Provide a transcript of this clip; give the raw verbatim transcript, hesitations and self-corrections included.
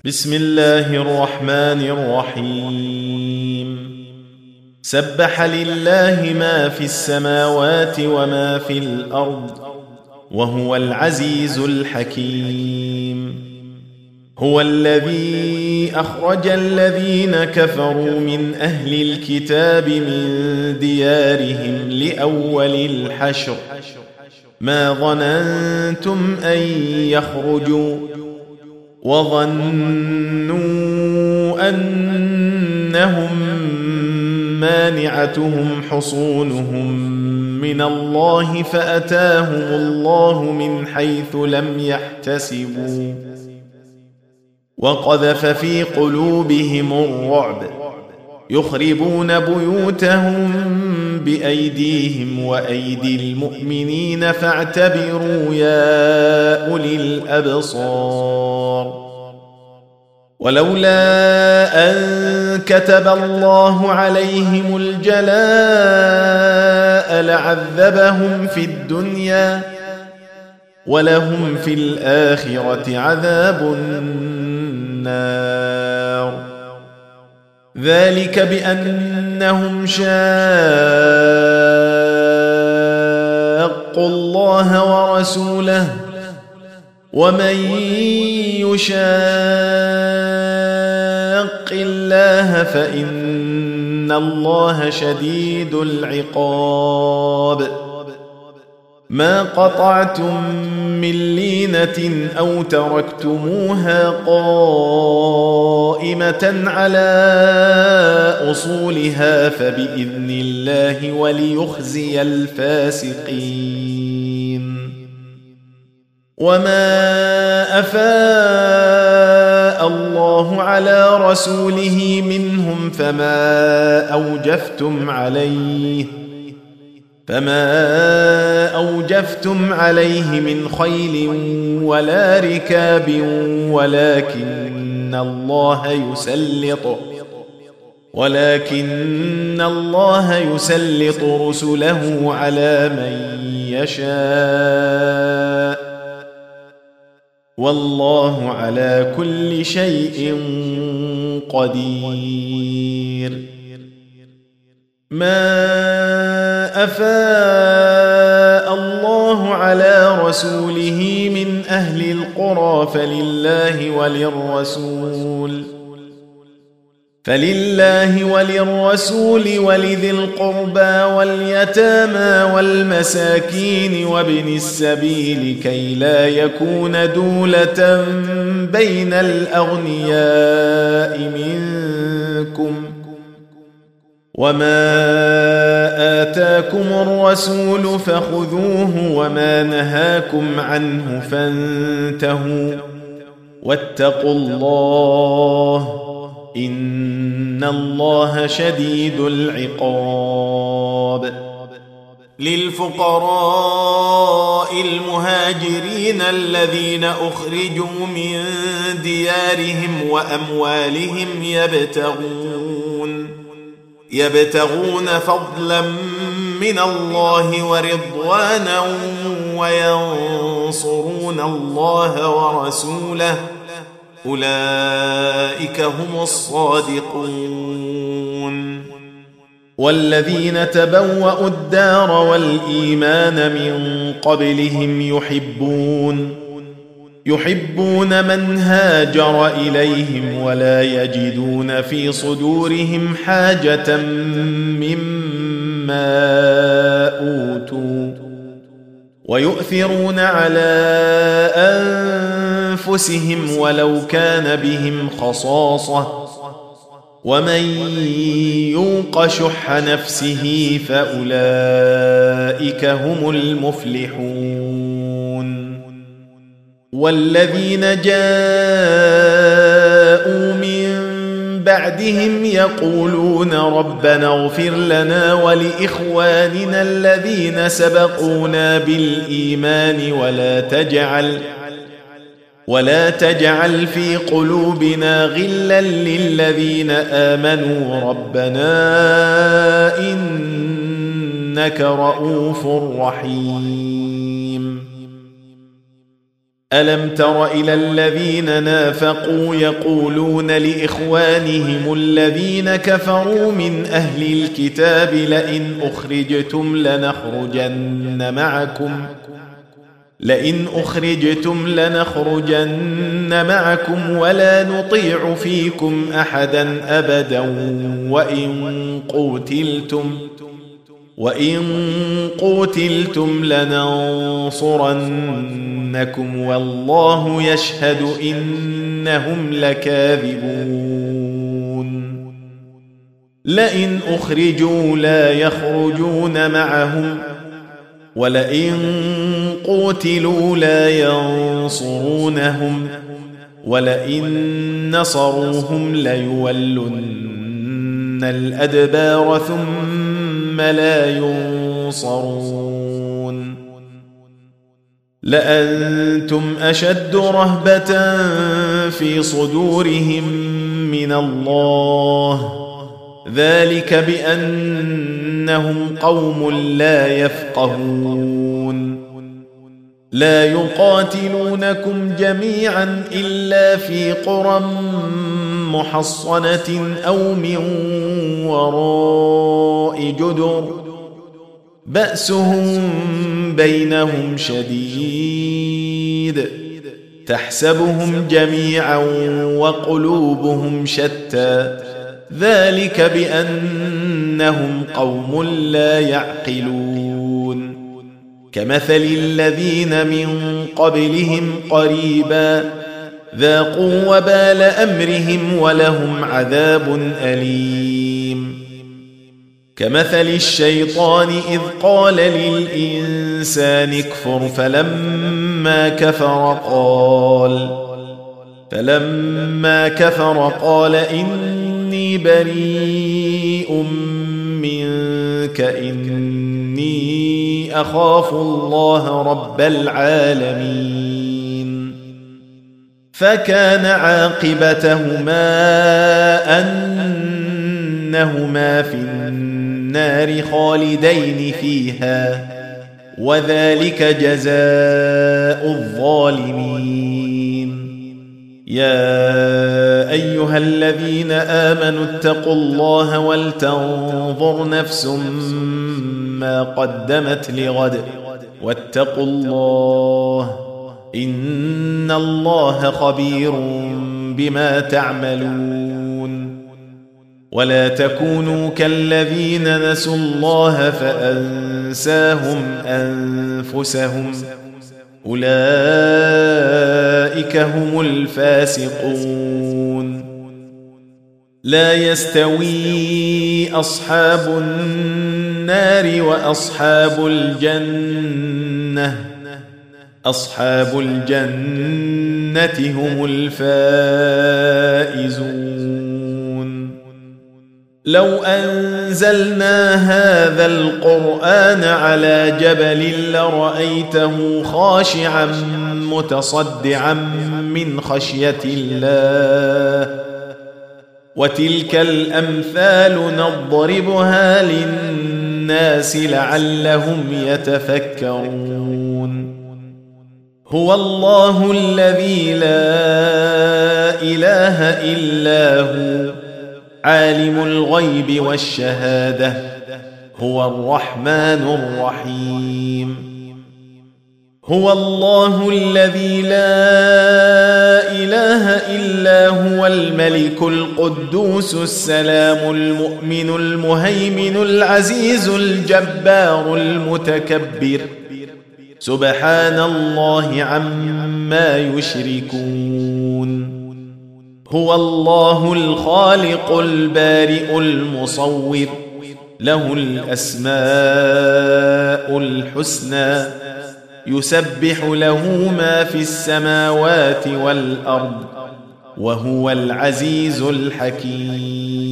بسم الله الرحمن الرحيم سبح لله ما في السماوات وما في الأرض وهو العزيز الحكيم هو الذي أخرج الذين كفروا من أهل الكتاب من ديارهم لأول الحشر ما ظننتم أن يخرجوا وظنوا أنهم مانعتهم حصونهم من الله فأتاهم الله من حيث لم يحتسبوا وقذف في قلوبهم الرعب يخربون بيوتهم بأيديهم وأيدي المؤمنين فاعتبروا يا أولي الأبصار ولولا أن كتب الله عليهم الجلاء لعذبهم في الدنيا ولهم في الآخرة عذاب النار ذلك بأنهم شاقوا الله ورسوله ومن يشاق الله فإن الله شديد العقاب ما قطعتم من لينة أو تركتموها قائمة على أصولها فبإذن الله وليخزي الفاسقين وما أفاء الله على رسوله منهم فما أوجفتم عليه فما أوجفتم عليه من خيل ولا ركاب ولكن الله يسلط ولكن الله يسلط رسله على من يشاء والله على كل شيء قدير ما أفاء الله على رسوله من أهل القرى فلله وللرسول فلله وللرسول ولذي القربى واليتامى والمساكين وابن السبيل كي لا يكون دولة بين الأغنياء منكم وما آتاكم الرسول فخذوه وما نهاكم عنه فانتهوا واتقوا الله إن الله شديد العقاب للفقراء المهاجرين الذين أخرجوا من ديارهم وأموالهم يبتغون يبتغون فضلا من الله ورضوانا وينصرون الله ورسوله أولئك هم الصادقون والذين تبوأوا الدار والإيمان من قبلهم يحبون يحبون من هاجر إليهم ولا يجدون في صدورهم حاجة مما أوتوا ويؤثرون على أنفسهم ولو كان بهم خصاصة ومن يوق شح نفسه فأولئك هم المفلحون والذين جاءوا من بعدهم يقولون ربنا اغفر لنا ولإخواننا الذين سبقونا بالإيمان ولا تجعل ولا تجعل في قلوبنا غلا للذين آمنوا ربنا إنك رؤوف رحيم ألم تر إلى الذين نافقوا يقولون لإخوانهم الذين كفروا من أهل الكتاب لئن أخرجتم لنخرجن معكم لئن أخرجتم لنخرجن معكم ولا نطيع فيكم أحدا أبدا وإن قوتلتم وإن قوتلتم لننصرنكم والله يشهد إنهم لكاذبون لئن أخرجوا لا يخرجون معهم ولئن قوتلوا لا ينصرونهم ولئن نصروهم ليولن الأدبار ثم لا ينصرون لأنتم أشد رهبة في صدورهم من الله ذلك بأنهم قوم لا يفقهون لا يقاتلونكم جميعا إلا في قرى محصنة أو من وراء جدر بأسهم بينهم شديد تحسبهم جميعا وقلوبهم شتى ذلك بأنهم قوم لا يعقلون كمثل الذين من قبلهم قريبا ذاقوا وبال أمرهم ولهم عذاب أليم كمثل الشيطان إذ قال للإنسان اكفر فلما كفر قال فلما كفر قال إني بريء منك إني أخاف الله رب العالمين فكان عاقبتهما أنهما في النار خالدين فيها وذلك جزاء الظالمين يا أيها الذين آمنوا اتقوا الله ولتنظر نفس ما قدمت لغد واتقوا الله إن الله خبير بما تعملون ولا تكونوا كالذين نسوا الله فأنساهم أنفسهم أولئك هم الفاسقون لا يستوي أصحاب النار وأصحاب الجنة أصحاب الجنة هم الفائزون لو أنزلنا هذا القرآن على جبل لرأيته خاشعا متصدعا من خشية الله وتلك الأمثال نضربها للناس لعلهم يتفكرون هو الله الذي لا إله إلا هو عالم الغيب والشهادة هو الرحمن الرحيم هو الله الذي لا إله إلا هو الملك القدوس السلام المؤمن المهيمن العزيز الجبار المتكبر سبحان الله عما يشركون هو الله الخالق البارئ المصور له الأسماء الحسنى يسبح له ما في السماوات والأرض وهو العزيز الحكيم